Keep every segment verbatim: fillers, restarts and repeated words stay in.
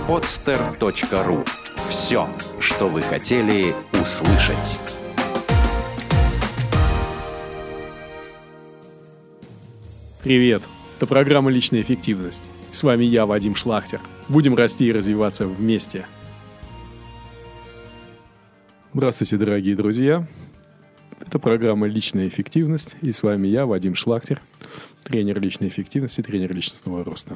подстер точка ру. Все, что вы хотели услышать. Привет! Это программа «Личная эффективность». С вами я, Вадим Шлахтер. Будем расти и развиваться вместе. Здравствуйте, дорогие друзья. Это программа «Личная эффективность». И с вами я, Вадим Шлахтер, тренер личной эффективности, тренер личностного роста.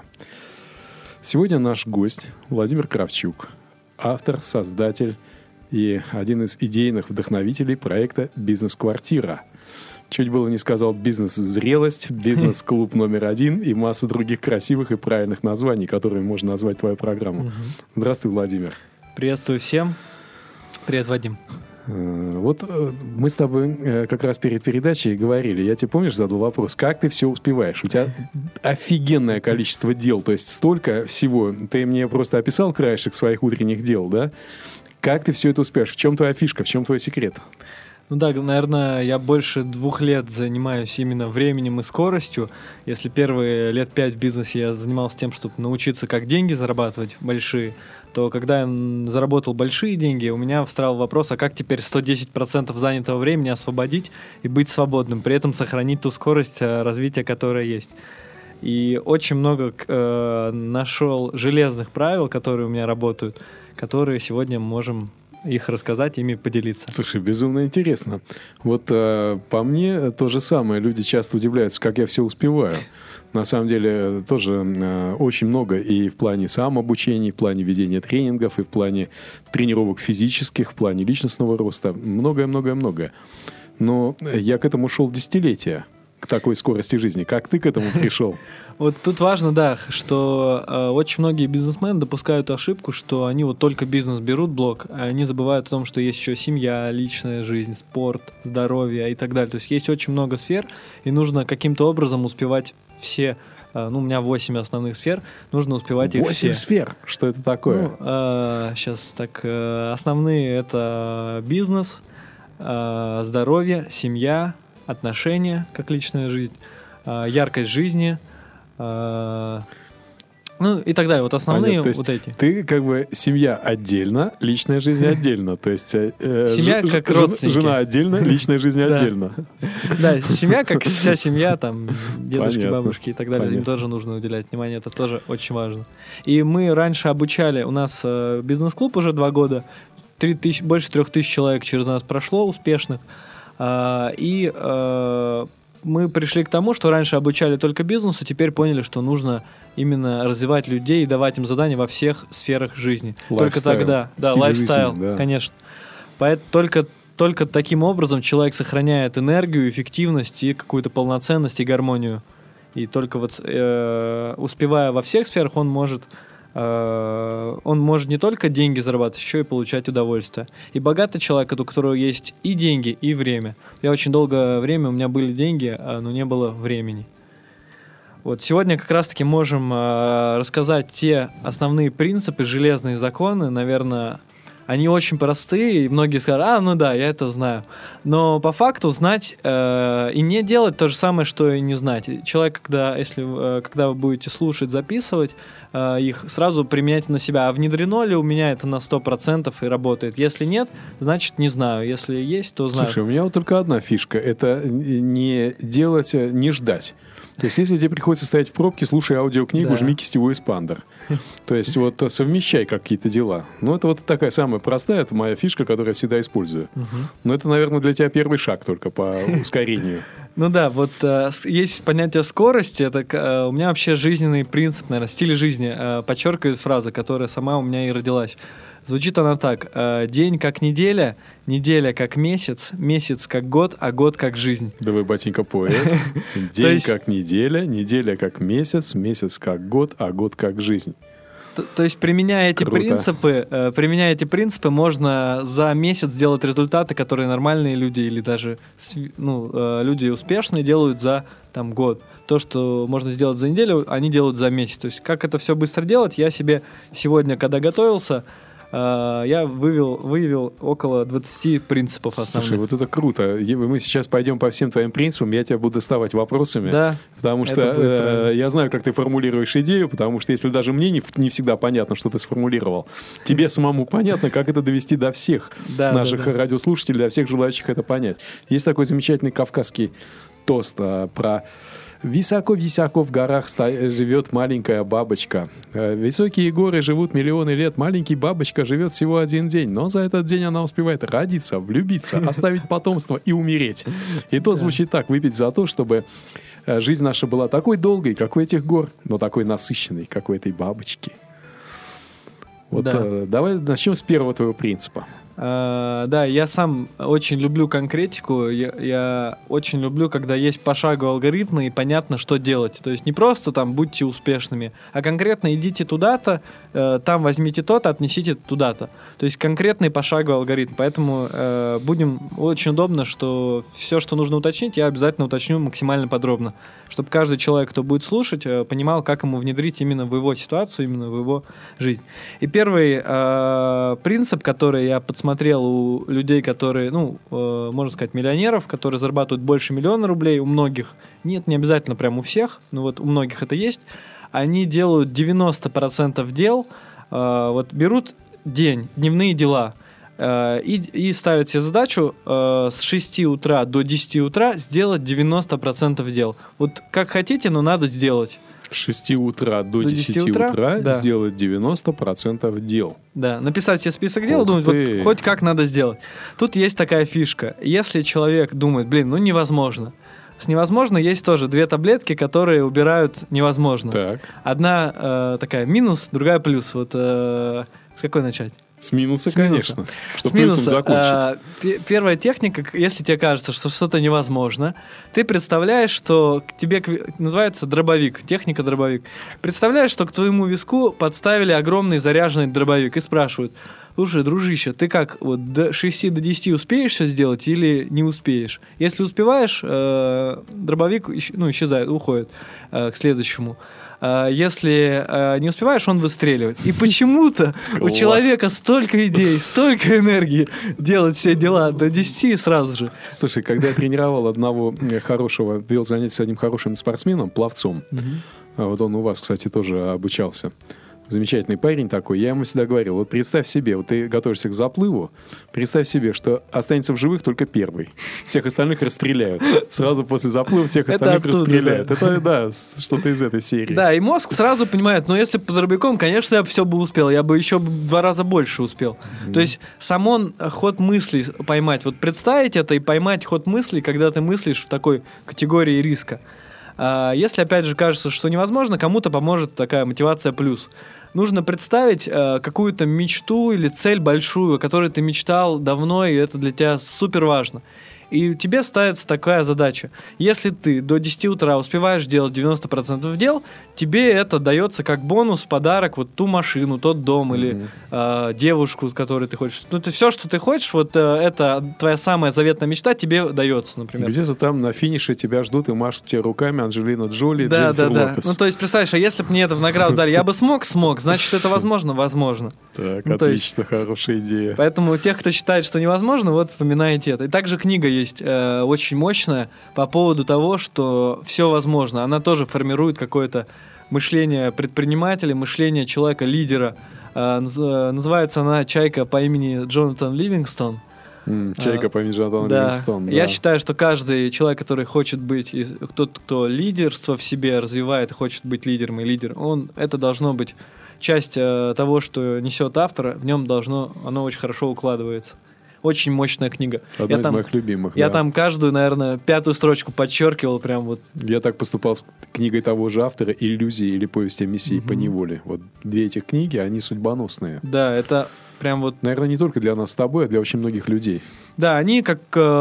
Сегодня наш гость Владимир Кравчук, автор, создатель и один из идейных вдохновителей проекта «Бизнес-квартира». Чуть было не сказал «Бизнес-зрелость», «Бизнес-клуб номер один» и масса других красивых и правильных названий, которыми можно назвать твою программу. Угу. Здравствуй, Владимир. Приветствую всем. Привет, Вадим. Вот мы с тобой как раз перед передачей говорили, я тебе, помнишь, задал вопрос, как ты все успеваешь? У тебя офигенное количество дел, то есть столько всего. Ты мне просто описал краешек своих утренних дел, да? Как ты все это успеешь? В чем твоя фишка, в чем твой секрет? Ну да, наверное, я больше двух лет занимаюсь именно временем и скоростью. Если первые лет пять в бизнесе я занимался тем, чтобы научиться, как деньги зарабатывать большие, то когда я заработал большие деньги, у меня встал вопрос, а как теперь сто десять процентов занятого времени освободить и быть свободным, при этом сохранить ту скорость развития, которая есть. И очень много э, нашел железных правил, которые у меня работают, которые сегодня можем их рассказать, ими поделиться. Слушай, безумно интересно. Вот э, по мне то же самое. Люди часто удивляются, как я все успеваю. На самом деле тоже э, очень много и в плане самообучения, и в плане ведения тренингов, и в плане тренировок физических, в плане личностного роста. Многое-многое-многое. Но я к этому шел десятилетия, к такой скорости жизни. Как ты к этому пришел? Вот тут важно, да, что э, очень многие бизнесмены допускают ошибку, что они вот только бизнес берут, блок, а они забывают о том, что есть еще семья, личная жизнь, спорт, здоровье и так далее. То есть есть очень много сфер, и нужно каким-то образом успевать все. Э, ну, у меня восемь основных сфер, нужно успевать их все. Восемь сфер? Что это такое? Ну, э, сейчас так, э, основные это бизнес, э, здоровье, семья, отношения, как личная жизнь, э, яркость жизни, Uh, ну и так далее. Вот основные Понятно, вот эти. Ты как бы семья отдельно, личная жизнь отдельно. То есть э, семья ж, как ж, родственники. Жена отдельно, личная жизнь отдельно. Да, семья как вся семья, там дедушки, Понятно. бабушки и так далее. Понятно. Им тоже нужно уделять внимание, это тоже очень важно. И мы раньше обучали, у нас э, бизнес-клуб уже два года, три тысячи, больше трех тысяч человек через нас прошло успешных. Э, и э, мы пришли к тому, что раньше обучали только бизнесу, теперь поняли, что нужно именно развивать людей и давать им задания во всех сферах жизни. Лайфстайл. Только тогда, да, лайфстайл, жизни, да. Конечно. Поэтому только, только таким образом человек сохраняет энергию, эффективность и какую-то полноценность и гармонию. И только вот э, успевая во всех сферах, он может он может не только деньги зарабатывать, еще и получать удовольствие. И богатый человек, у которого есть и деньги, и время. Я очень долгое время, у меня были деньги, но не было времени. Вот сегодня как раз-таки можем рассказать те основные принципы, железные законы. Наверное, они очень простые, и многие скажут, а, ну да, я это знаю. Но по факту знать э, и не делать то же самое, что и не знать. Человек, когда, если, э, когда вы будете слушать, записывать э, их, сразу применять на себя. А внедрено ли у меня это на сто процентов и работает? Если нет, значит не знаю. Если есть, то знаю. Слушай, у меня вот только одна фишка. Это не делать, не ждать. То есть, если тебе приходится стоять в пробке, слушай аудиокнигу, да. Жми кистевой эспандер. То есть, вот совмещай какие-то дела. Ну, это вот такая самая простая, это моя фишка, которую я всегда использую. Угу. Но это, наверное, для тебя первый шаг только по ускорению. Ну да, вот э, есть понятие скорости. Это э, у меня вообще жизненный принцип, наверное, стиль жизни. Э, подчеркивает фраза, которая сама у меня и родилась. Звучит она так. Э, день как неделя, неделя как месяц, месяц как год, а год как жизнь. Давай, батенька, поэт. День как неделя, неделя как месяц, месяц как год, а год как жизнь. То, то есть, применяя эти принципы, э, применяя эти принципы, можно за месяц сделать результаты, которые нормальные люди или даже ну, э, люди успешные делают за там, год. То, что можно сделать за неделю, они делают за месяц. То есть, как это все быстро делать, я себе сегодня, когда готовился, я вывел, выявил около двадцати принципов основных. Слушай, вот это круто. Мы сейчас пойдем по всем твоим принципам, я тебя буду доставать вопросами. Да. Потому что э, я знаю, как ты формулируешь идею, потому что если даже мне не, не всегда понятно, что ты сформулировал, тебе самому понятно, как это довести до всех да, наших да, да. радиослушателей, до всех желающих это понять. Есть такой замечательный кавказский тост а, про... Високо-високо в горах живет маленькая бабочка. Высокие горы живут миллионы лет. Маленькая бабочка живет всего один день. Но за этот день она успевает родиться, влюбиться, оставить потомство и умереть. И то звучит так. Выпить за то, чтобы жизнь наша была такой долгой, как у этих гор, но такой насыщенной, как у этой бабочки. Вот да. э, давай начнем с первого твоего принципа. Uh, да, я сам очень люблю конкретику, я, я очень люблю, когда есть пошаговые алгоритмы и понятно, что делать. То есть не просто там будьте успешными, а конкретно идите туда-то, э, там возьмите то-то, отнесите туда-то. То есть конкретный пошаговый алгоритм. Поэтому э, будем очень удобно, что все, что нужно уточнить, я обязательно уточню максимально подробно, чтобы каждый человек, кто будет слушать, э, понимал, как ему внедрить именно в его ситуацию, именно в его жизнь. И первый э, принцип, который я подсмотрел, смотрел у людей, которые, ну, э, можно сказать, миллионеров, которые зарабатывают больше миллиона рублей, у многих, нет, не обязательно прям у всех, но вот у многих это есть, они делают девяносто процентов дел, э, вот берут день, дневные дела, э, и, и ставят себе задачу э, с шести утра до десяти утра сделать девяносто процентов дел. Вот как хотите, но надо сделать. С шести утра до, до десяти утра, утра да. сделать девяносто процентов дел. Да, написать себе список дел, думать, вот хоть как надо сделать. Тут есть такая фишка. Если человек думает, блин, ну невозможно. С невозможно есть тоже две таблетки, которые убирают невозможно. Так. Одна э, такая минус, другая плюс. Вот э, с какой начать? С минуса, с конечно. Минуса. Что плюсом закончить. А, п- первая техника, если тебе кажется, что что-то невозможно, ты представляешь, что к тебе называется дробовик, техника дробовик. Представляешь, что к твоему виску подставили огромный заряженный дробовик и спрашивают: слушай, дружище, ты как, вот до шести до десяти успеешь все сделать или не успеешь? Если успеваешь, э, дробовик ну, исчезает, уходит э, к следующему. Если э, не успеваешь, он выстреливает. И почему-то у человека столько идей, столько энергии делать все дела до десяти сразу же. Слушай, когда я тренировал одного хорошего, вел занятия с одним хорошим спортсменом, пловцом, угу. вот он у вас, кстати, тоже обучался, замечательный парень такой, я ему всегда говорил, вот представь себе, вот ты готовишься к заплыву, представь себе, что останется в живых только первый. Всех остальных расстреляют. Сразу после заплыва всех остальных оттуда, расстреляют. Да. Это, да, что-то из этой серии. Да, и мозг сразу понимает, ну, если под дробовиком, конечно, я бы все бы успел, я бы еще в два раза больше успел. Mm. То есть сам он ход мыслей поймать, вот представить это и поймать ход мыслей, когда ты мыслишь в такой категории риска. Если, опять же, кажется, что невозможно, кому-то поможет такая мотивация плюс. Нужно представить э, какую-то мечту или цель большую, о которой ты мечтал давно, и это для тебя супер важно. И тебе ставится такая задача. Если ты до десяти утра успеваешь делать девяносто процентов дел, тебе это дается как бонус, подарок, вот ту машину, тот дом mm-hmm. или э, девушку, которую ты хочешь. Ну, ты все, что ты хочешь, вот э, это твоя самая заветная мечта, тебе дается, например. Где-то там на финише тебя ждут и машут тебе руками Анджелина Джоли, да, Дженнифер да, Лопес. Да. Ну, то есть, представляешь, а если бы мне это в награду дали, я бы смог, смог, значит, это возможно, возможно. Так, ну, отлично, есть, хорошая идея. Поэтому тех, кто считает, что невозможно, вот вспоминайте это. И также книга есть э, очень мощная по поводу того, что все возможно. Она тоже формирует какое-то мышление предпринимателя, мышление человека-лидера. Э, называется она «Чайка по имени Джонатан Ливингстон». Mm, чайка по имени Джонатан да. Ливингстон. Да. Я считаю, что каждый человек, который хочет быть, тот, кто лидерство в себе развивает и хочет быть лидером и лидер, он, это должно быть часть э, того, что несет автор, в нем должно, оно очень хорошо укладывается. Очень мощная книга. Одна я из там, моих любимых. Я да. там каждую, наверное, пятую строчку подчеркивал прям вот. Я так поступал с книгой того же автора «Иллюзии» или «Повесть о Мессии mm-hmm. поневоле». Вот две этих книги, они судьбоносные. Да, это прям вот... Наверное, не только для нас с тобой, а для очень многих людей. Да, они как...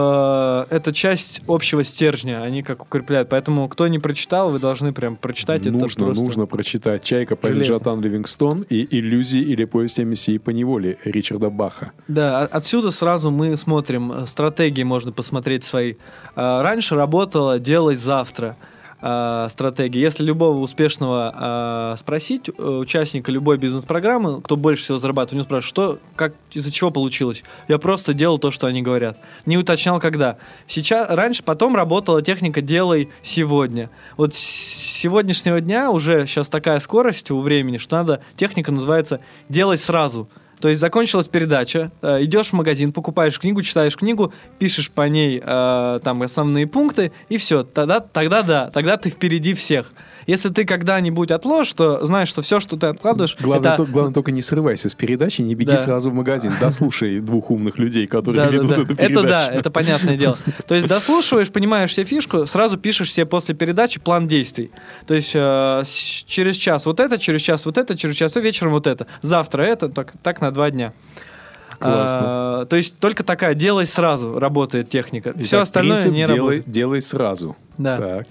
Э, это часть общего стержня, они как укрепляют. Поэтому, кто не прочитал, вы должны прям прочитать. Нужно, это просто... нужно прочитать «Чайка» по имени Джонатан Ливингстон и «Иллюзии» или «Повесть о Мессии поневоле» Ричарда Баха. Да, отсюда сразу мы смотрим, стратегии можно посмотреть свои. Раньше работало «делай завтра». э, стратегия. Если любого успешного э, спросить, э, участника любой бизнес-программы, кто больше всего зарабатывает, у него спрашивают, что, как, из-за чего получилось. Я просто делал то, что они говорят. Не уточнял, когда. Сейчас, раньше, потом работала техника «делай сегодня». Вот с сегодняшнего дня уже сейчас такая скорость у времени, что надо, техника называется «делай сразу». То есть закончилась передача, э, идешь в магазин, покупаешь книгу, читаешь книгу, пишешь по ней э, там основные пункты, и все. Тогда, тогда да, тогда ты впереди всех. Если ты когда-нибудь отложишь, то знаешь, что все, что ты откладываешь... Главное, это... то, главное только не срывайся с передачи, не беги да. сразу в магазин. Дослушай двух умных людей, которые да, ведут да, да. эту передачу. Это да, это понятное дело. То есть дослушиваешь, понимаешь себе фишку, сразу пишешь себе после передачи план действий. То есть э, через час вот это, через час вот это, через час и вечером вот это. Завтра это, так, так на два дня. Классно. А, то есть только такая «делай сразу» работает техника. Итак, все остальное принцип не делай, работает. Делай сразу. Да. Так.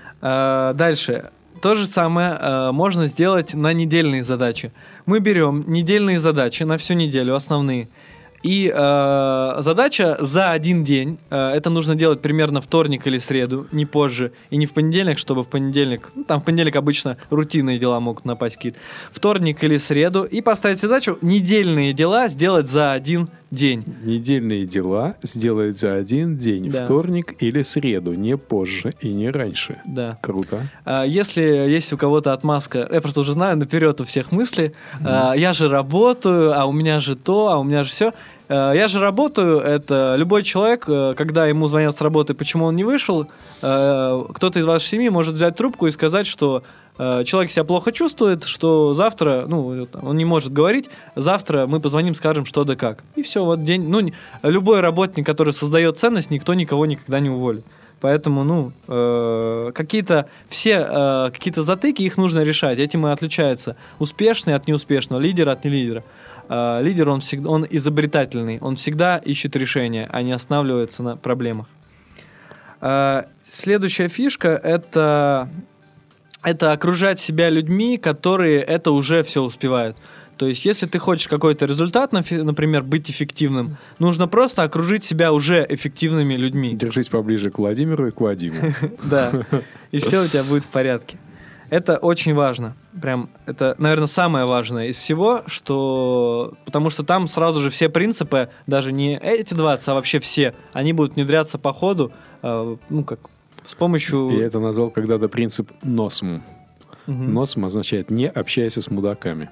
А, дальше. То же самое а, можно сделать на недельные задачи. Мы берем недельные задачи на всю неделю, основные. И э, задача за один день, э, это нужно делать примерно вторник или среду, не позже, и не в понедельник, чтобы в понедельник, ну, там в понедельник обычно рутинные дела могут напасть какие-то, вторник или среду, и поставить задачу недельные дела сделать за один день. Недельные дела сделать за один день, Да. вторник или среду, не позже и не раньше. Да. Круто. А если есть у кого-то отмазка, я просто уже знаю наперед у всех мысли, а, я же работаю, а у меня же то, а у меня же все. Я же работаю, это любой человек, когда ему звонят с работы, почему он не вышел, кто-то из вашей семьи может взять трубку и сказать, что человек себя плохо чувствует, что завтра, ну, он не может говорить, завтра мы позвоним, скажем, что да как. И все, вот день, ну, любой работник, который создает ценность, никто никого никогда не уволит. Поэтому, ну, э, какие-то все э, какие-то затыки, их нужно решать. Этим и отличается успешный от неуспешного, лидер от нелидера. Э, лидер, он всегда, он изобретательный, он всегда ищет решения, а не останавливается на проблемах. Э, следующая фишка — это, это окружать себя людьми, которые это уже все успевают. То есть, если ты хочешь какой-то результат, например, быть эффективным, нужно просто окружить себя уже эффективными людьми. Держись поближе к Владимиру и к Вадиму. Да, и все у тебя будет в порядке. Это очень важно. Прям, это, наверное, самое важное из всего, что... Потому что там сразу же все принципы, даже не эти двадцать, а вообще все, они будут внедряться по ходу, ну, как с помощью... Я это назвал когда-то принцип носм. Угу. Носм означает «не общайся с мудаками».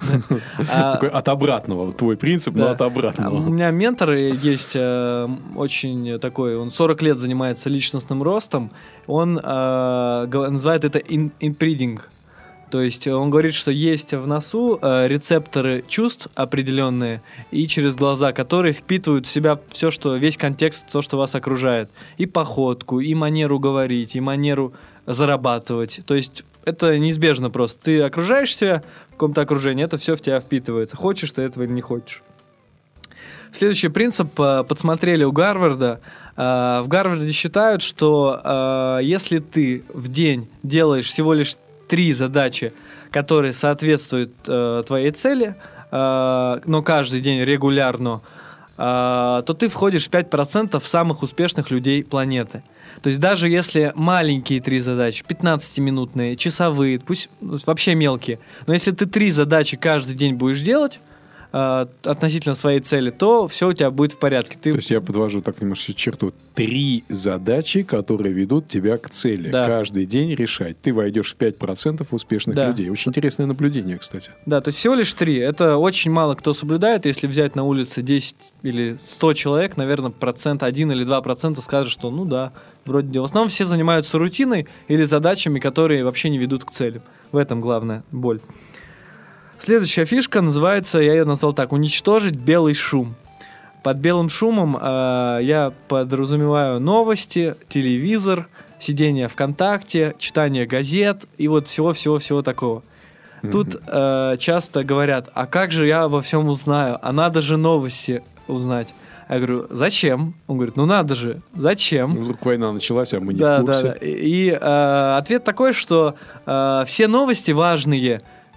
От обратного. Твой принцип, но от обратного. У меня ментор есть очень такой, он сорок лет занимается личностным ростом, он называет это импринтинг. То есть он говорит, что есть в носу рецепторы чувств определенные и через глаза, которые впитывают в себя все, что, весь контекст, то, что вас окружает. И походку, и манеру говорить, и манеру зарабатывать. То есть это неизбежно просто. Ты окружаешь себя в каком-то окружении, это все в тебя впитывается. Хочешь ты этого или не хочешь. Следующий принцип подсмотрели у Гарварда. В Гарварде считают, что если ты в день делаешь всего лишь три задачи, которые соответствуют твоей цели, но каждый день регулярно, то ты входишь в пять процентов самых успешных людей планеты. То есть даже если маленькие три задачи, пятнадцатиминутные, часовые, пусть вообще мелкие, но если ты три задачи каждый день будешь делать э, относительно своей цели, то все у тебя будет в порядке. Ты... То есть я подвожу так немножко черту. Три задачи, которые ведут тебя к цели. Да. Каждый день решать. Ты войдешь в пять процентов успешных да. людей. Очень интересное наблюдение, кстати. Да, то есть всего лишь три. Это очень мало кто соблюдает. Если взять на улице десять или сто человек, наверное, процент один или два процента скажет, что ну да, вроде. В основном все занимаются рутиной или задачами, которые вообще не ведут к целям. В этом главная боль. Следующая фишка называется, я ее назвал так, уничтожить белый шум. Под белым шумом э, я подразумеваю новости, телевизор, сидение ВКонтакте, читание газет и вот всего-всего-всего такого. Mm-hmm. Тут э, часто говорят, а как же я обо всем узнаю? А надо же новости узнать. Я говорю, зачем? Он говорит, ну надо же, зачем? Вдруг война началась, а мы не да, в курсе. Да, да. И, и э, ответ такой, что э, все новости важные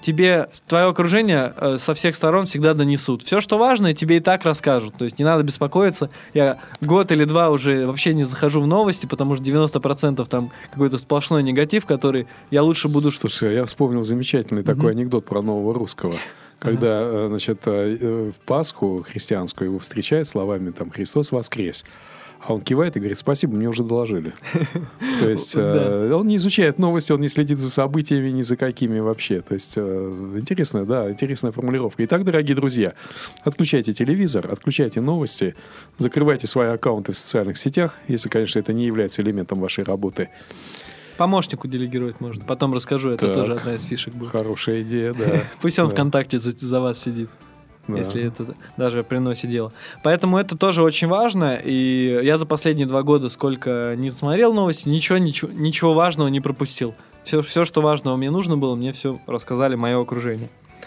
тебе твое окружение э, со всех сторон всегда донесут. Все, что важно, тебе и так расскажут. То есть не надо беспокоиться. Я год или два уже вообще не захожу в новости, потому что девяносто процентов там какой-то сплошной негатив, который я лучше буду... Слушай, я вспомнил замечательный mm-hmm. такой анекдот про нового русского. Когда, uh-huh. значит, в Пасху христианскую его встречают словами там «Христос воскрес». А он кивает и говорит: спасибо, мне уже доложили. То есть он не изучает новости, он не следит за событиями, ни за какими вообще. То есть интересная, да, интересная формулировка. Итак, дорогие друзья, отключайте телевизор, отключайте новости, закрывайте свои аккаунты в социальных сетях, если, конечно, это не является элементом вашей работы. Помощнику делегировать можно. Потом расскажу, это так, тоже одна из фишек будет. Хорошая идея, да. Пусть он да. ВКонтакте за, за вас сидит. Да. Если это даже приносит дело. Поэтому это тоже очень важно. И я за последние два года сколько не смотрел новости, ничего, ничего, ничего важного не пропустил. Все, все, что важного мне нужно было, мне все рассказали мое окружение.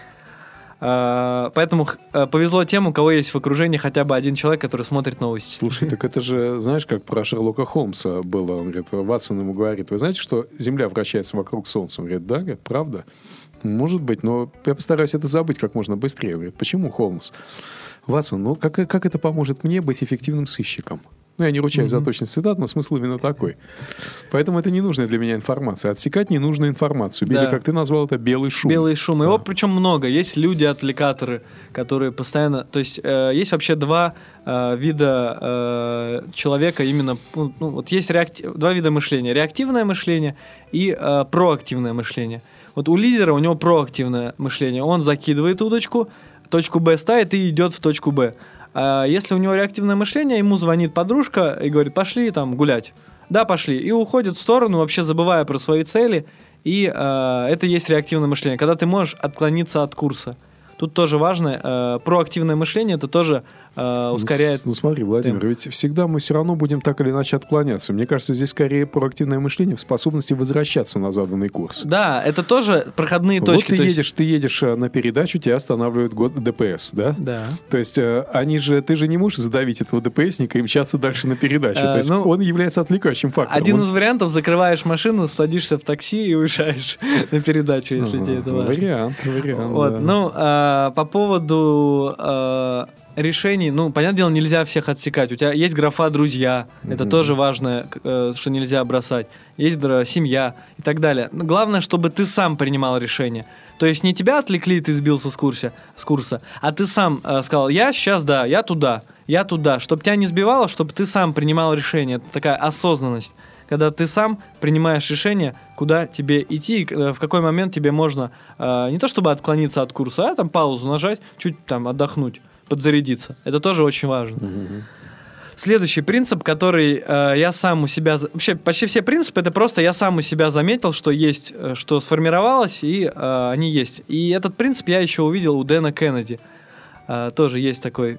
А, поэтому а, повезло тем, у кого есть в окружении хотя бы один человек, который смотрит новости. Слушай, так это же, знаешь, как про Шерлока Холмса было. Он говорит, Ватсон ему говорит: вы знаете, что Земля вращается вокруг Солнца? Он говорит: да, говорит, правда. Может быть, но я постараюсь это забыть как можно быстрее. Он говорит: почему, Холмс? Ватсон, ну как, как это поможет мне быть эффективным сыщиком? Ну, я не ручаюсь mm-hmm. за точность цитат, но смысл именно такой. Поэтому это ненужная для меня информация. Отсекать ненужную информацию. Или, да. как ты назвал это, белый шум. Белый шум. Да. Его причем много. Есть люди-атпликаторы, которые постоянно... То есть э, есть вообще два э, вида э, человека именно... Ну, вот есть реакти... два вида мышления. Реактивное мышление и э, проактивное мышление. Вот у лидера у него проактивное мышление. Он закидывает удочку, точку Б ставит и идет в точку Б. А если у него реактивное мышление, ему звонит подружка и говорит: пошли там гулять. Да, пошли. И уходит в сторону, вообще забывая про свои цели. И э, это и есть реактивное мышление, когда ты можешь отклониться от курса. Тут тоже важно, э, проактивное мышление, это тоже э, ускоряет... Ну, ну смотри, Владимир, темп. Ведь всегда мы все равно будем так или иначе отклоняться. Мне кажется, здесь скорее проактивное мышление в способности возвращаться на заданный курс. Да, это тоже проходные вот точки. Вот ты, есть... едешь, ты едешь на передачу, тебя останавливают год ДПС, да? Да. То есть э, они же, ты же не можешь задавить этого ДПСника и мчаться дальше на передачу. А, То есть ну, он является отвлекающим фактором. Один он... из вариантов: закрываешь машину, садишься в такси и уезжаешь на передачу, если тебе это важно. Вариант, вариант. Вот, да. ну, а, по поводу э, решений, ну, понятное дело, нельзя всех отсекать. У тебя есть графа «друзья», mm-hmm. это тоже важно, э, что нельзя бросать. Есть дра- семья и так далее. Но главное, чтобы ты сам принимал решение. То есть не тебя отвлекли, ты сбился с курса, с курса, а ты сам э, сказал: я сейчас, да, я туда, я туда. Чтобы тебя не сбивало, чтобы ты сам принимал решение. Это такая осознанность. Когда ты сам принимаешь решение, куда тебе идти, в какой момент тебе можно э, не то чтобы отклониться от курса, а там паузу нажать, чуть там отдохнуть, подзарядиться. Это тоже очень важно. Mm-hmm. Следующий принцип, который э, я сам у себя... Вообще, почти все принципы, это просто я сам у себя заметил, что есть, что сформировалось, и э, они есть. И этот принцип я еще увидел у Дэна Кеннеди. Э, тоже есть такой...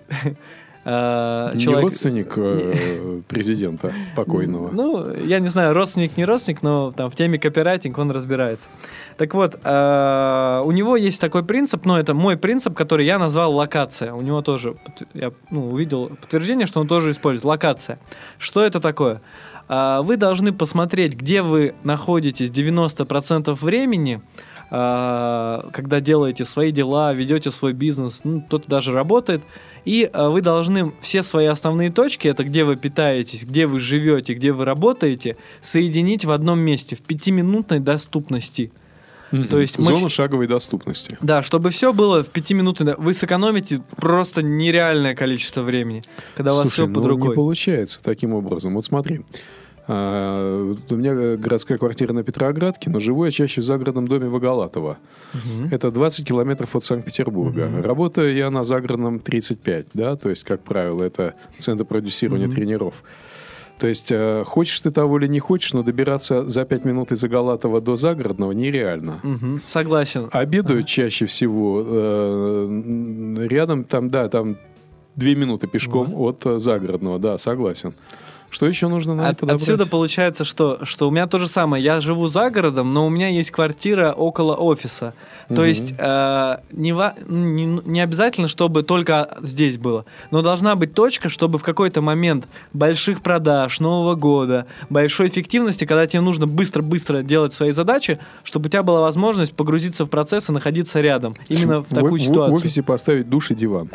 Не человек... родственник э, президента покойного. Ну, я не знаю, родственник, не родственник, но там в теме копирайтинг он разбирается. Так вот, э, у него есть такой принцип, но это мой принцип, который я назвал локация. У него тоже, я ну, увидел подтверждение, что он тоже использует локация. Что это такое? Э, вы должны посмотреть, где вы находитесь девяносто процентов времени, э, когда делаете свои дела, ведете свой бизнес, ну, кто-то даже работает. И э, вы должны все свои основные точки, это где вы питаетесь, где вы живете, где вы работаете, соединить в одном месте, в пятиминутной доступности. Mm-hmm. То есть Зона мы... шаговой доступности. Да, чтобы все было в пяти минутах. Вы сэкономите просто нереальное количество времени, когда Слушай, у вас все под ну, рукой. Не получается таким образом. Вот смотри. Uh, у меня городская квартира на Петроградке, но живу я чаще в загородном доме в Агалатово. Uh-huh. Это двадцать километров от Санкт-Петербурга. Uh-huh. Работаю я на загородном тридцать пять, да, то есть, как правило, это центр продюсирования uh-huh. тренеров. То есть, uh, хочешь ты того или не хочешь, но добираться за пять минут из Агалатова до загородного нереально. Uh-huh. Согласен. Обедаю uh-huh. чаще всего uh, рядом, там, да, там две минуты пешком uh-huh. от uh, загородного, да, согласен. Что еще нужно на От, это подобрать? Отсюда получается, что, что у меня то же самое. Я живу за городом, но у меня есть квартира около офиса. То Мгм. есть э, не, ва- не, не обязательно, чтобы только здесь было. Но должна быть точка, чтобы в какой-то момент больших продаж, Нового года, большой эффективности, когда тебе нужно быстро-быстро делать свои задачи, чтобы у тебя была возможность погрузиться в процесс и находиться рядом. Именно в такую в, ситуацию. В офисе поставить душ и диван.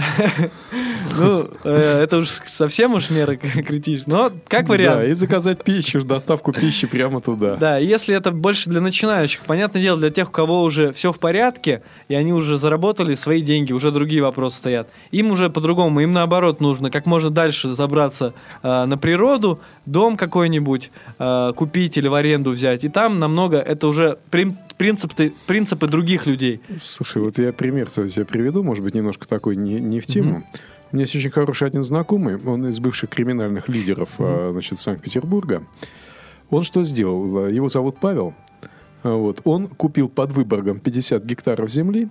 Ну, э, это уж совсем уж меры критичные. Но как вариант. Да, и заказать пищу, доставку пищи прямо туда. Да, если это больше для начинающих, понятное дело, для тех, у кого уже все в порядке, и они уже заработали свои деньги, уже другие вопросы стоят. Им уже по-другому, им наоборот нужно как можно дальше забраться э, на природу, дом какой-нибудь э, купить или в аренду взять. И там намного, это уже прин- принципы, принципы других людей. Слушай, вот я пример тебе приведу, может быть, немножко такой не, не в тему. Мгм. У меня есть очень хороший один знакомый, он из бывших криминальных лидеров а, значит, Санкт-Петербурга. Он что сделал? Его зовут Павел. А, Вот. Он купил под Выборгом пятьдесят гектаров земли,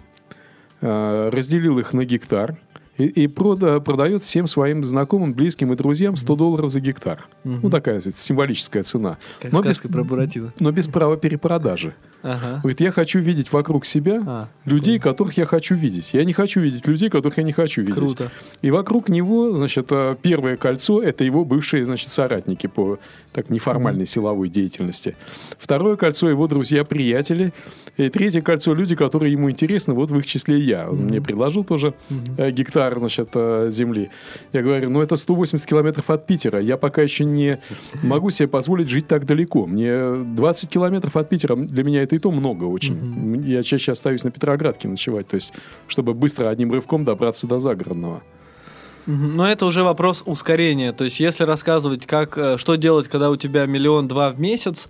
а, разделил их на гектар и, и прода- продает всем своим знакомым, близким и друзьям сто долларов за гектар. Мгм. Ну, такая сказать, символическая цена. Как Но без, сказка про Буратино. но без права перепродажи. Ага. Говорит, я хочу видеть вокруг себя А, людей, которых я хочу видеть. Я не хочу видеть людей, которых я не хочу видеть. круто. И вокруг него, значит, э, первое кольцо – это его бывшие, значит, соратники по так неформальной силовой деятельности. Второе кольцо – его друзья-приятели. И третье кольцо – люди, которые ему интересны, вот в их числе и я. Он Мгм. мне предложил тоже Мгм. э, гектар, значит, э, земли. Я говорю, ну, это сто восемьдесят километров от Питера. Я пока еще не могу себе позволить жить так далеко. Мне двадцать километров от Питера, для меня это и то много очень. Мгм. Я чаще остаюсь на Петроградке ночевать, то есть, чтобы быстро одним рывком добраться до загородного. Мгм. Но это уже вопрос ускорения. То есть, если рассказывать, как, э, что делать, когда у тебя миллион-два в месяц,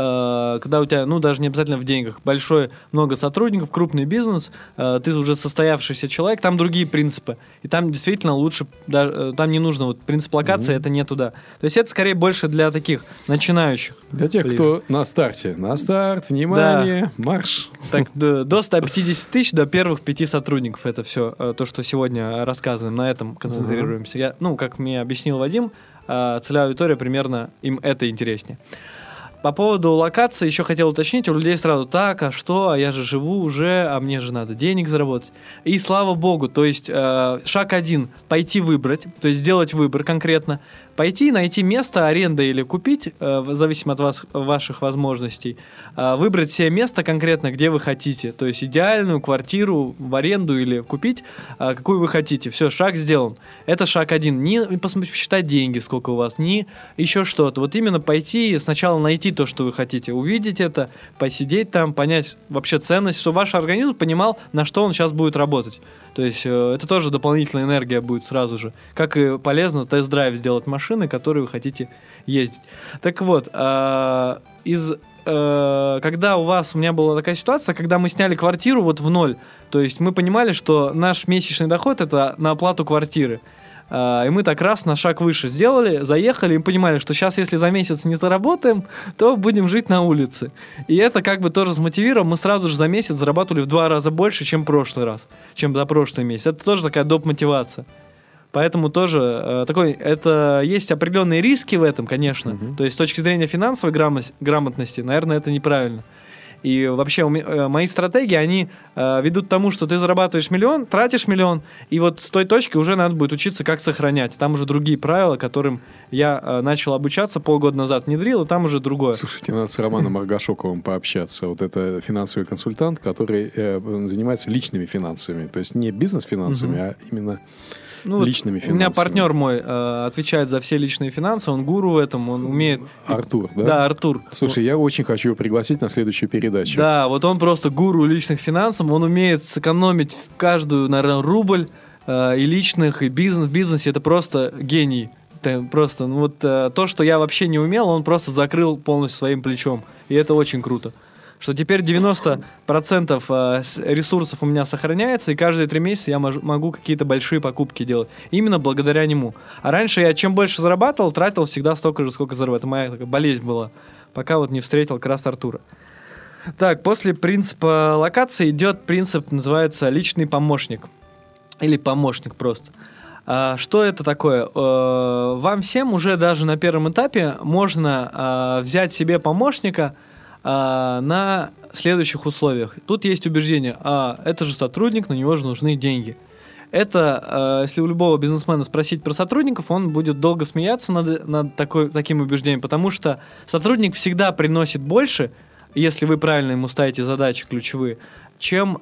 э, когда у тебя, ну, даже не обязательно в деньгах, большой, много сотрудников, крупный бизнес, э, ты уже состоявшийся человек, там другие принципы. И там действительно лучше, да, э, там не нужно, вот принцип локации, Мгм. это не туда. То есть, это скорее больше для таких начинающих. Для тех, Ближе. кто на старте. На старт, внимание, марш. Так, до, до ста пятидесяти тысяч, до первых пяти сотрудников. Это все то, что сегодня рассказываем. На этом концентрируемся. Я, ну, как мне объяснил Вадим, э, целевая аудитория примерно им это интереснее. По поводу локации еще хотел уточнить. У людей сразу так, а что, а я же живу уже, а мне же надо денег заработать. И слава богу, то есть э, шаг один, пойти выбрать, то есть сделать выбор конкретно, пойти найти место аренды или купить, э, в зависимости от вас, ваших возможностей, э, выбрать себе место конкретно, где вы хотите, то есть идеальную квартиру в аренду или купить, э, какую вы хотите. Все, шаг сделан. Это шаг один. Не посчитать деньги, сколько у вас, не еще что-то. Вот именно пойти и сначала найти то, что вы хотите, увидеть это, посидеть там, понять вообще ценность, чтобы ваш организм понимал, на что он сейчас будет работать. То есть э, это тоже дополнительная энергия будет сразу же. Как и полезно тест-драйв сделать машины, которые вы хотите ездить. Так вот, э, из, э, когда у вас, у меня была такая ситуация, когда мы сняли квартиру вот в ноль, то есть мы понимали, что наш месячный доход это на оплату квартиры. И мы так раз на шаг выше сделали, заехали и понимали, что сейчас, если за месяц не заработаем, то будем жить на улице. И это как бы тоже смотивировало. Мы сразу же за месяц зарабатывали в два раза больше, чем в прошлый раз, чем за прошлый месяц. Это тоже такая доп. Мотивация. Поэтому тоже э, такой, это есть определенные риски в этом, конечно. Мгм. То есть с точки зрения финансовой грамо- грамотности, наверное, это неправильно. И вообще у ме- э, мои стратегии, они э, ведут к тому, что ты зарабатываешь миллион, тратишь миллион, и вот с той точки уже надо будет учиться, как сохранять. Там уже другие правила, которым я э, начал обучаться полгода назад, внедрил, и там уже другое. Слушайте, надо с Романом Аргашоковым пообщаться. Вот это финансовый консультант, который э, занимается личными финансами. То есть не бизнес-финансами, Мгм. а именно Ну, вот личными у меня финансами. партнер мой э, отвечает за все личные финансы, он гуру в этом, он умеет... Артур, да? Да, Артур. Слушай, я очень хочу его пригласить на следующую передачу. Да, вот он просто гуру личных финансов, он умеет сэкономить в каждую, наверное, рубль э, и личных, и бизнес. В бизнесе это просто гений. Это просто, ну вот э, то, что я вообще не умел, он просто закрыл полностью своим плечом. И это очень круто. Что теперь девяносто процентов э, с- ресурсов у меня сохраняется, и каждые три месяца я мож- могу какие-то большие покупки делать. Именно благодаря нему. А раньше я чем больше зарабатывал, тратил всегда столько же, сколько зарабатывал. Это моя такая болезнь была. Пока вот не встретил как раз Артура. Так, после принципа локации идет принцип, называется личный помощник. Или помощник просто. А, что это такое? Э, Вам всем уже даже на первом этапе можно а, взять себе помощника а, на следующих условиях. Тут есть убеждение, а это же сотрудник, на него же нужны деньги. Это, если у любого бизнесмена спросить про сотрудников, он будет долго смеяться над, над такой, таким убеждением, потому что сотрудник всегда приносит больше, если вы правильно ему ставите задачи ключевые, чем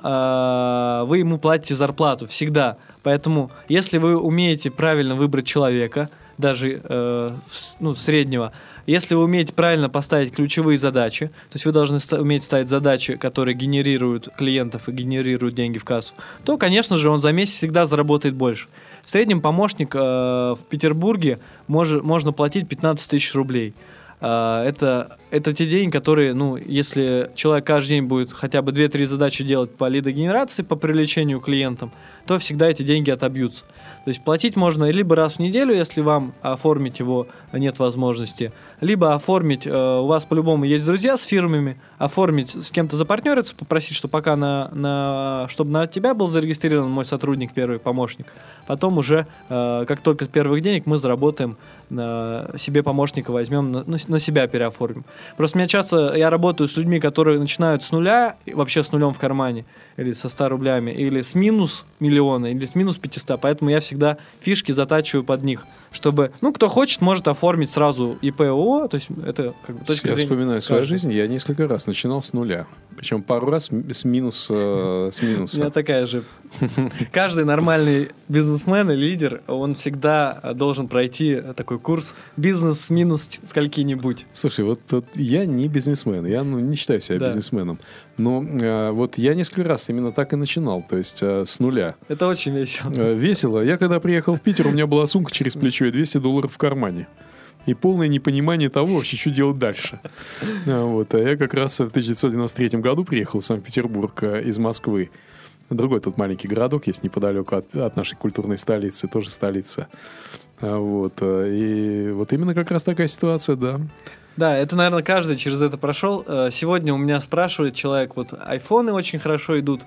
э, вы ему платите зарплату. Всегда. Поэтому, если вы умеете правильно выбрать человека, даже э, ну, среднего, если вы умеете правильно поставить ключевые задачи, то есть вы должны ста- уметь ставить задачи, которые генерируют клиентов и генерируют деньги в кассу, то, конечно же, он за месяц всегда заработает больше. В среднем помощник э, в Петербурге мож- можно платить пятнадцать тысяч рублей. Э, это, это те деньги, которые, ну, если человек каждый день будет хотя бы две-три задачи делать по лидогенерации, по привлечению клиентам, то всегда эти деньги отобьются. То есть платить можно либо раз в неделю, если вам оформить его нет возможности, либо оформить, э, у вас по-любому есть друзья с фирмами, оформить, с кем-то запартнериться, попросить, что пока на, на, чтобы на тебя был зарегистрирован мой сотрудник, первый помощник. Потом уже, э, как только с первых денег, мы заработаем, э, себе помощника возьмем, на, на себя переоформим. Просто меня часто, я работаю с людьми, которые начинают с нуля, вообще с нулем в кармане, или со ста рублями, или с минус миллиона, или с минус пятисот, поэтому я всегда фишки затачиваю под них, чтобы, ну, кто хочет, может оформить сразу ИП ООО, то есть это как бы точка Я зрения вспоминаю свою каждого. жизнь, я несколько раз начинал с нуля. Причем пару раз с, минус, э, с У меня минуса. такая же. Каждый нормальный бизнесмен и лидер, он всегда должен пройти такой курс бизнес с минус скольки-нибудь. Слушай, вот, вот я не бизнесмен, я ну, не считаю себя Да. бизнесменом. Но э, вот я несколько раз именно так и начинал, то есть э, с нуля. Это очень весело. Э, весело. Я когда приехал в Питер, у меня была сумка через плечо и двести долларов в кармане. И полное непонимание того, вообще, что делать дальше. А, вот. А я как раз в тысяча девятьсот девяносто третьем году приехал в Санкт-Петербург э, из Москвы. Другой тут маленький городок есть неподалеку от, от нашей культурной столицы, тоже столица. А, вот. э, И вот именно как раз такая ситуация, да. Да, это, наверное, каждый через это прошел. Э, Сегодня у меня спрашивает человек, вот айфоны очень хорошо идут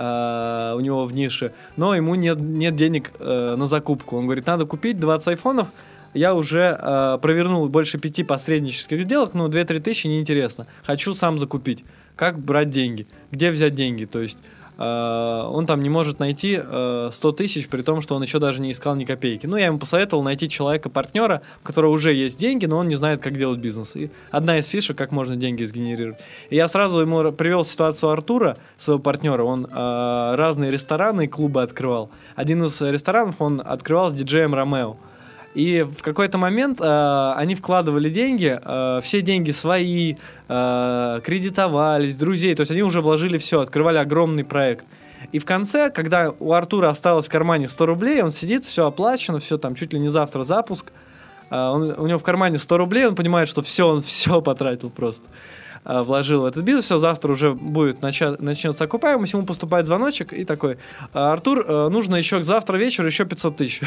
э, у него в нише, но ему нет, нет денег э, на закупку. Он говорит, надо купить двадцать айфонов. Я уже э, провернул больше пяти посреднических сделок, но две-три тысячи неинтересно. Хочу сам закупить. Как брать деньги? Где взять деньги? То есть э, он там не может найти э, сто тысяч, при том, что он еще даже не искал ни копейки. Ну, я ему посоветовал найти человека-партнера, у которого уже есть деньги, но он не знает, как делать бизнес. И одна из фишек, как можно деньги сгенерировать. И я сразу ему привел ситуацию Артура, своего партнера. Он э, разные рестораны и клубы открывал. Один из ресторанов он открывал с диджеем Ромео. И в какой-то момент э, они вкладывали деньги, э, все деньги свои, э, кредитовались, друзей, то есть они уже вложили все, открывали огромный проект. И в конце, когда у Артура осталось в кармане сто рублей, он сидит, все оплачено, все там чуть ли не завтра запуск, э, он, у него в кармане сто рублей, он понимает, что все, он все потратил просто. э, Вложил в этот бизнес, все, завтра уже будет нача- начнется окупаемость, ему поступает звоночек и такой: Артур, э, нужно еще к завтра вечеру еще пятьсот тысяч.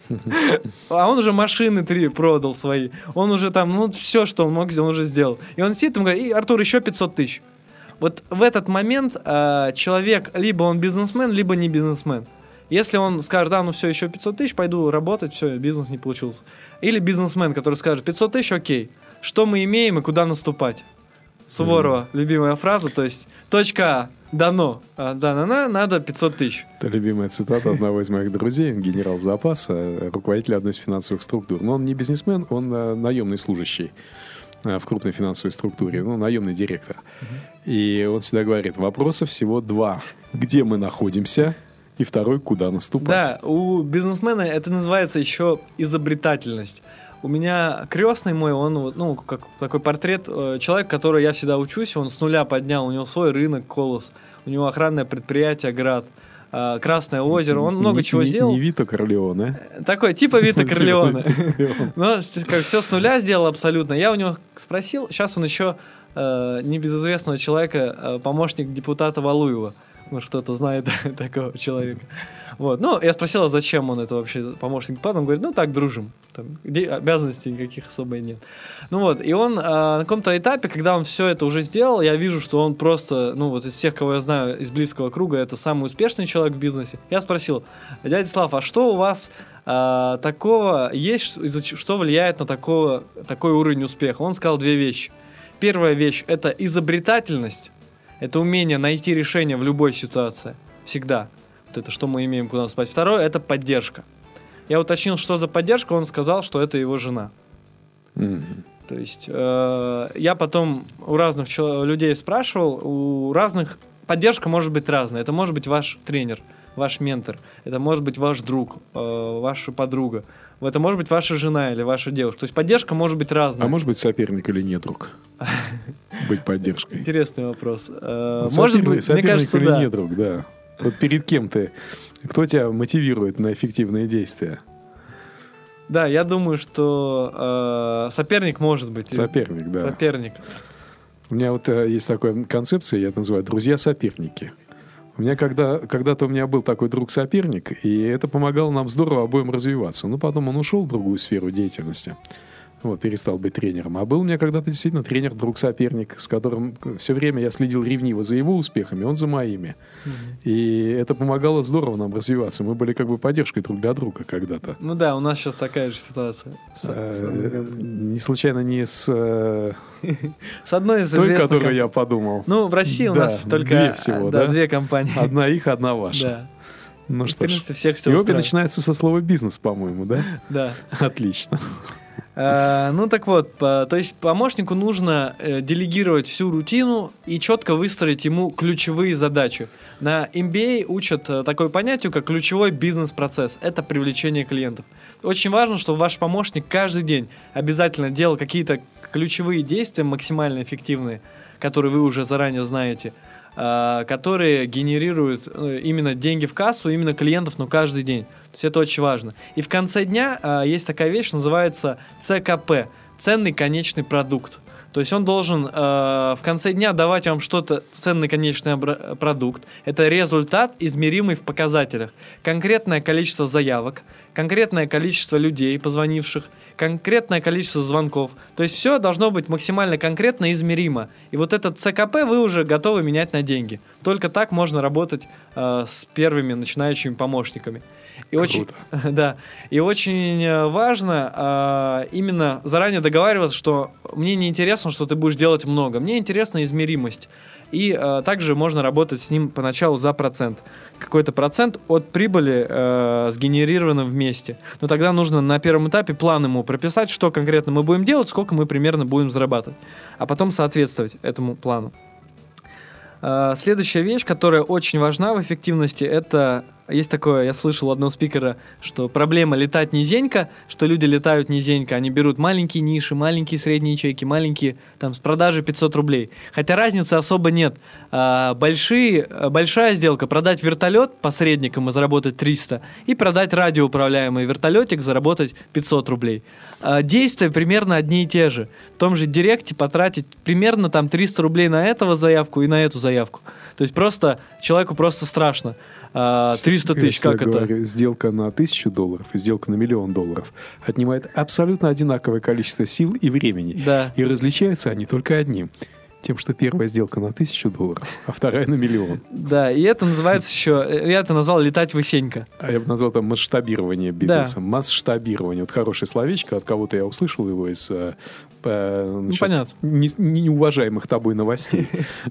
А он уже машины три продал свои. Он уже там, ну, все, что он мог, он уже сделал. И он сидит и говорит: и, Артур, еще пятьсот тысяч. Вот в этот момент э, человек, либо он бизнесмен, либо не бизнесмен. Если он скажет: да, ну все, еще пятьсот тысяч, пойду работать, все, бизнес не получился. Или бизнесмен, который скажет: пятьсот тысяч, окей. Что мы имеем и куда наступать? Суворова, mm-hmm. любимая фраза, то есть точка А дано, а да-на-на, надо пятьсот тысяч. Это любимая цитата одного из моих друзей, генерал запаса, руководитель одной из финансовых структур. Но он не бизнесмен, он а, наемный служащий а, в крупной финансовой структуре, ну, наемный директор. Mm-hmm. И он всегда говорит: вопросов всего два. Где мы находимся? И второй, куда наступать? Да, у бизнесмена это называется еще изобретательность. У меня крестный мой, он, ну, как такой портрет э, человека, который я всегда учусь, он с нуля поднял, у него свой рынок «Колос», у него охранное предприятие «Град», э, Красное озеро, он много не, чего не, сделал. Не Вито Корлеоне. Такой, типа Вито Корлеоне. Но как все с нуля сделал абсолютно. Я у него спросил, сейчас он еще э, небезызвестного человека, э, помощник депутата Валуева. Может, кто-то знает такого человека. Вот. Ну, я спросил, а зачем он это вообще помощник пада? Он говорит, ну так, дружим. Там, где обязанностей никаких особо и нет. Ну вот, и он а, на каком-то этапе, когда он все это уже сделал, я вижу, что он просто, ну вот из всех, кого я знаю из близкого круга, это самый успешный человек в бизнесе. Я спросил, дядя Слав, а что у вас а, такого есть, что влияет на такого, такой уровень успеха? Он сказал две вещи. Первая вещь – это изобретательность, это умение найти решение в любой ситуации, всегда. Вот это, что мы имеем, куда спать. Второе – это поддержка. Я уточнил, что за поддержка, он сказал, что это его жена. Mm-hmm. То есть э, я потом у разных чел- людей спрашивал, у разных поддержка может быть разная. Это может быть ваш тренер, ваш ментор, это может быть ваш друг, э, ваша подруга, это может быть ваша жена или ваша девушка. То есть поддержка может быть разная. А может быть соперник или не друг? Быть поддержкой. Интересный вопрос. Может быть, мне кажется, или да. не друг, да. Вот перед кем ты? Кто тебя мотивирует на эффективные действия? Да, я думаю, что э, соперник может быть. Соперник, да. Соперник. У меня вот э, есть такая концепция, я это называю друзья-соперники. У меня когда, когда-то у меня был такой друг-соперник, и это помогало нам здорово обоим развиваться. Но потом он ушел в другую сферу деятельности. Вот, перестал быть тренером. А был у меня когда-то действительно тренер-друг-соперник, с которым все время я следил ревниво за его успехами, он за моими. Mm-hmm. И это помогало здорово нам развиваться. Мы были как бы поддержкой друг для друга когда-то. Ну да, у нас сейчас такая же ситуация. С, а, с... Не случайно не с... С одной из той, которую я подумал. Ну, в России у нас только две всего, да, две компании. Одна их, одна ваша. Да. Ну что ж. Всех И обе начинаются со слова «бизнес», по-моему, да? Да. Отлично. Uh, ну так вот, по, то есть помощнику нужно э, делегировать всю рутину и четко выстроить ему ключевые задачи. На эм би эй учат э, такое понятие, как ключевой бизнес-процесс. Это привлечение клиентов. Очень важно, чтобы ваш помощник каждый день обязательно делал какие-то ключевые действия максимально эффективные, которые вы уже заранее знаете, э, которые генерируют э, именно деньги в кассу, именно клиентов, но каждый день. То есть это очень важно. И в конце дня а, есть такая вещь, называется цэ ка пэ – ценный конечный продукт. То есть он должен а, в конце дня давать вам что-то, ценный конечный обра- продукт. Это результат, измеримый в показателях. Конкретное количество заявок, конкретное количество людей, позвонивших, конкретное количество звонков. То есть все должно быть максимально конкретно и измеримо. И вот этот цэ ка пэ вы уже готовы менять на деньги. Только так можно работать а, с первыми начинающими помощниками. И очень, да, и очень важно а, именно заранее договариваться, что мне не интересно, что ты будешь делать много, мне интересна измеримость. И а, также можно работать с ним поначалу за процент. Какой-то процент от прибыли а, сгенерировано вместе. Но тогда нужно на первом этапе план ему прописать, что конкретно мы будем делать, сколько мы примерно будем зарабатывать. А потом соответствовать этому плану. А, следующая вещь, которая очень важна в эффективности, это... Есть такое, я слышал у одного спикера, что проблема летать низенько, что люди летают низенько, они берут маленькие ниши, маленькие средние ячейки, маленькие, там, с продажи пятьсот рублей. Хотя разницы особо нет. А, большие, большая сделка, продать вертолет посредникам и заработать триста, и продать радиоуправляемый вертолетик, заработать пятьсот рублей. А, действия примерно одни и те же. В том же Директе потратить примерно там триста рублей на эту заявку и на эту заявку. То есть просто, человеку просто страшно. триста тысяч, как говорю, это? Сделка на тысячу долларов и сделка на миллион долларов отнимает абсолютно одинаковое количество сил и времени. Да. И различаются они только одним. Тем, что первая сделка на тысячу долларов, а вторая на миллион. Да, и это называется еще, я это назвал летать высенько. А я бы назвал это масштабирование бизнеса. Да. Масштабирование. Вот хорошее словечко, от кого-то я услышал его из по, значит, ну, понятно. Не, неуважаемых тобой новостей.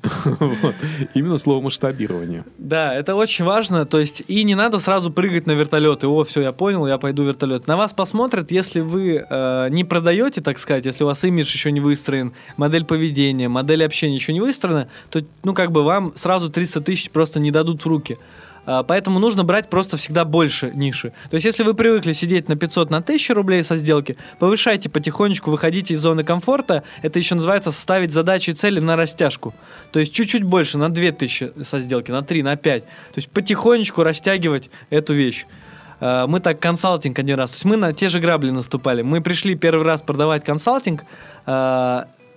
Именно слово масштабирование. Да, это очень важно. То есть, и не надо сразу прыгать на вертолет. И, о, все, я понял, я пойду в вертолет. На вас посмотрят, если вы не продаете, так сказать, если у вас имидж еще не выстроен, модель поведения, модель общения еще не выстроена, то, ну, как бы вам сразу триста тысяч просто не дадут в руки. Поэтому нужно брать просто всегда больше ниши. То есть, если вы привыкли сидеть на пятьсот, на тысячу рублей со сделки, повышайте потихонечку, выходите из зоны комфорта. Это еще называется ставить задачи и цели на растяжку. То есть, чуть-чуть больше, на две тысячи со сделки, на три, на пять. То есть, потихонечку растягивать эту вещь. Мы так консалтинг один раз, то есть мы на те же грабли наступали. Мы пришли первый раз продавать консалтинг.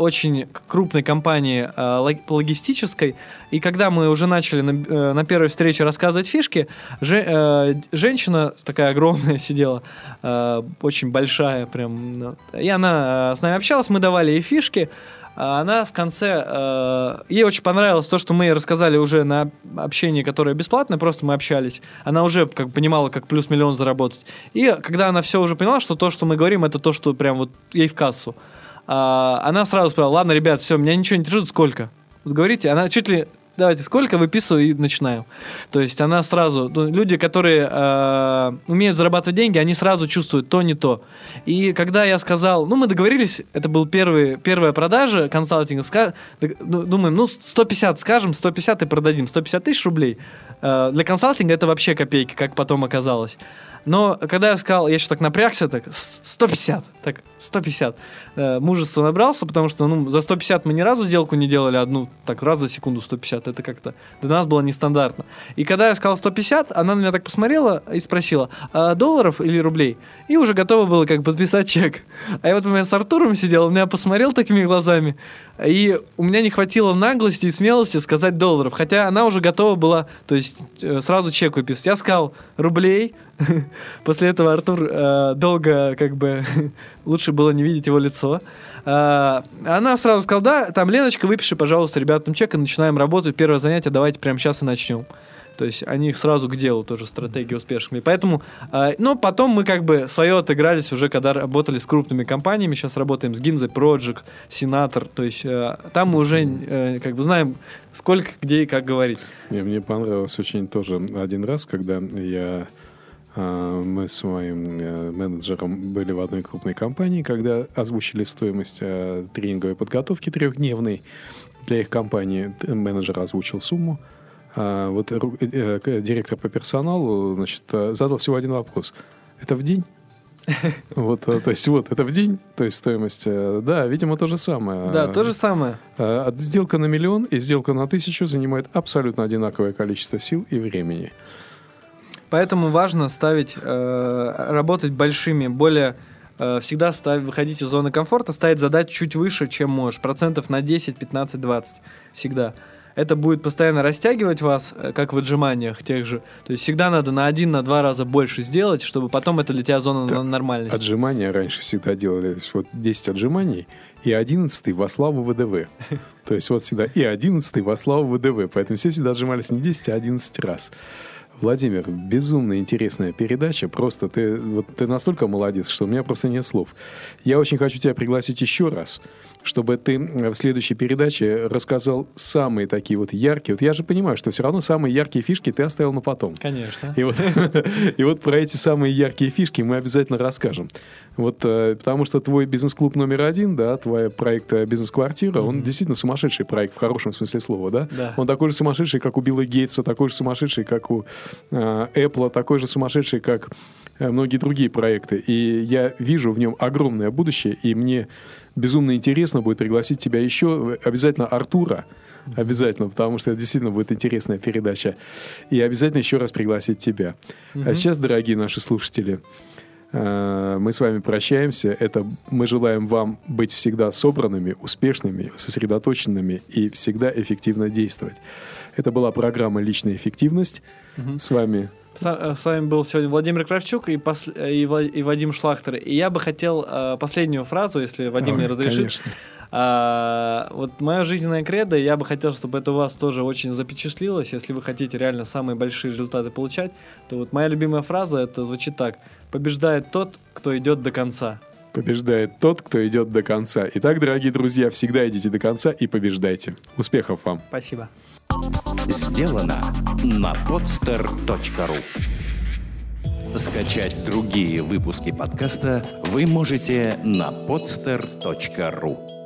очень крупной компании э, логистической, и когда мы уже начали на, э, на первой встрече рассказывать фишки, же, э, женщина такая огромная сидела, э, очень большая прям, и она с нами общалась, мы давали ей фишки. Она в конце... Э, ей очень понравилось то, что мы ей рассказали уже на общении, которое бесплатное, просто мы общались. Она уже как бы понимала, как плюс миллион заработать. И когда она все уже поняла, что то, что мы говорим, это то, что прям вот ей в кассу, э, она сразу сказала: ладно, ребят, все, меня ничего не интересует, сколько? Вот говорите, она чуть ли... Давайте, сколько, выписываю и начинаем. То есть она сразу... Ну, люди, которые э, умеют зарабатывать деньги, они сразу чувствуют то, не то. И когда я сказал... Ну, мы договорились, это был первый, первая продажа консалтинга. Ска, думаем, ну, сто пятьдесят скажем, сто пятьдесят и продадим. сто пятьдесят тысяч рублей. Э, для консалтинга это вообще копейки, как потом оказалось. Но когда я сказал, я еще так напрягся, так, сто пятьдесят, так, сто пятьдесят. Э, мужество набрался, потому что, ну, за сто пятьдесят мы ни разу сделку не делали одну, так, раз за секунду сто пятьдесят, это как-то для нас было нестандартно. И когда я сказал сто пятьдесят, она на меня так посмотрела и спросила: а долларов или рублей? И уже готова была как подписать чек. А я в этот момент с Артуром сидел, он меня посмотрел такими глазами, и у меня не хватило наглости и смелости сказать долларов, хотя она уже готова была, то есть сразу чек выписать. Я сказал рублей. После этого Артур э, долго, как бы, лучше было не видеть его лицо. Э, она сразу сказала: да, там, Леночка, выпиши, пожалуйста, ребятам чек, и начинаем работать. Первое занятие давайте прямо сейчас и начнем. То есть они сразу к делу, тоже стратегии успешные. Поэтому, э, но потом мы как бы свое отыгрались уже, когда работали с крупными компаниями. Сейчас работаем с Ginza Project, Senator. То есть э, там мы уже э, как бы знаем, сколько, где и как говорить. Мне, мне понравилось очень тоже один раз, когда я... Мы с моим менеджером были в одной крупной компании, когда озвучили стоимость тренинговой подготовки трехдневной для их компании. Менеджер озвучил сумму. Вот директор по персоналу, значит, задал всего один вопрос: это в день? Вот, то есть вот, это в день, то есть стоимость, да, видимо, то же самое. Да, то же самое. Сделка на миллион и сделка на тысячу занимает абсолютно одинаковое количество сил и времени. Поэтому важно ставить, э, работать большими, более э, всегда ставить, выходить из зоны комфорта, ставить задачи чуть выше, чем можешь, процентов на десять, пятнадцать, двадцать, всегда. Это будет постоянно растягивать вас, как в отжиманиях тех же. То есть всегда надо на один, на два раза больше сделать, чтобы потом это для тебя зона да, нормальности. Отжимания раньше всегда делали вот десять отжиманий, и одиннадцатый во славу ВДВ. То есть вот всегда и одиннадцатый во славу ВДВ. Поэтому все всегда отжимались не десять, а одиннадцать раз. Владимир, безумно интересная передача. Просто ты, вот, ты настолько молодец, что у меня просто нет слов. Я очень хочу тебя пригласить еще раз, чтобы ты в следующей передаче рассказал самые такие вот яркие. Вот я же понимаю, что все равно самые яркие фишки ты оставил на потом. Конечно. И вот, и вот про эти самые яркие фишки мы обязательно расскажем. Вот, потому что твой бизнес-клуб номер один, да, твой проект «Бизнес-квартира», mm-hmm. он действительно сумасшедший проект в хорошем смысле слова, да? Да. Он такой же сумасшедший, как у Билла Гейтса, такой же сумасшедший, как у э, Apple, такой же сумасшедший, как э, многие другие проекты. И я вижу в нем огромное будущее, и мне безумно интересно будет пригласить тебя еще, обязательно Артура, обязательно, потому что это действительно будет интересная передача, и обязательно еще раз пригласить тебя. Mm-hmm. А сейчас, дорогие наши слушатели, мы с вами прощаемся. Это мы желаем вам быть всегда собранными, успешными, сосредоточенными и всегда эффективно действовать. Это была программа «Личная эффективность». Угу. С вами... С, с вами был сегодня Владимир Кравчук и, пос, и, и Вадим Шлахтер. И я бы хотел э, последнюю фразу, если Вадим мне разрешит. Конечно. А, вот мое жизненное кредо, я бы хотел, чтобы это у вас тоже очень запечатлилось. Если вы хотите реально самые большие результаты получать, то вот моя любимая фраза, это звучит так: побеждает тот, кто идет до конца. Побеждает тот, кто идет до конца. Итак, дорогие друзья, всегда идите до конца и побеждайте. Успехов вам. Спасибо. Сделано на podster точка ру. Скачать другие выпуски подкаста вы можете на podster точка ру.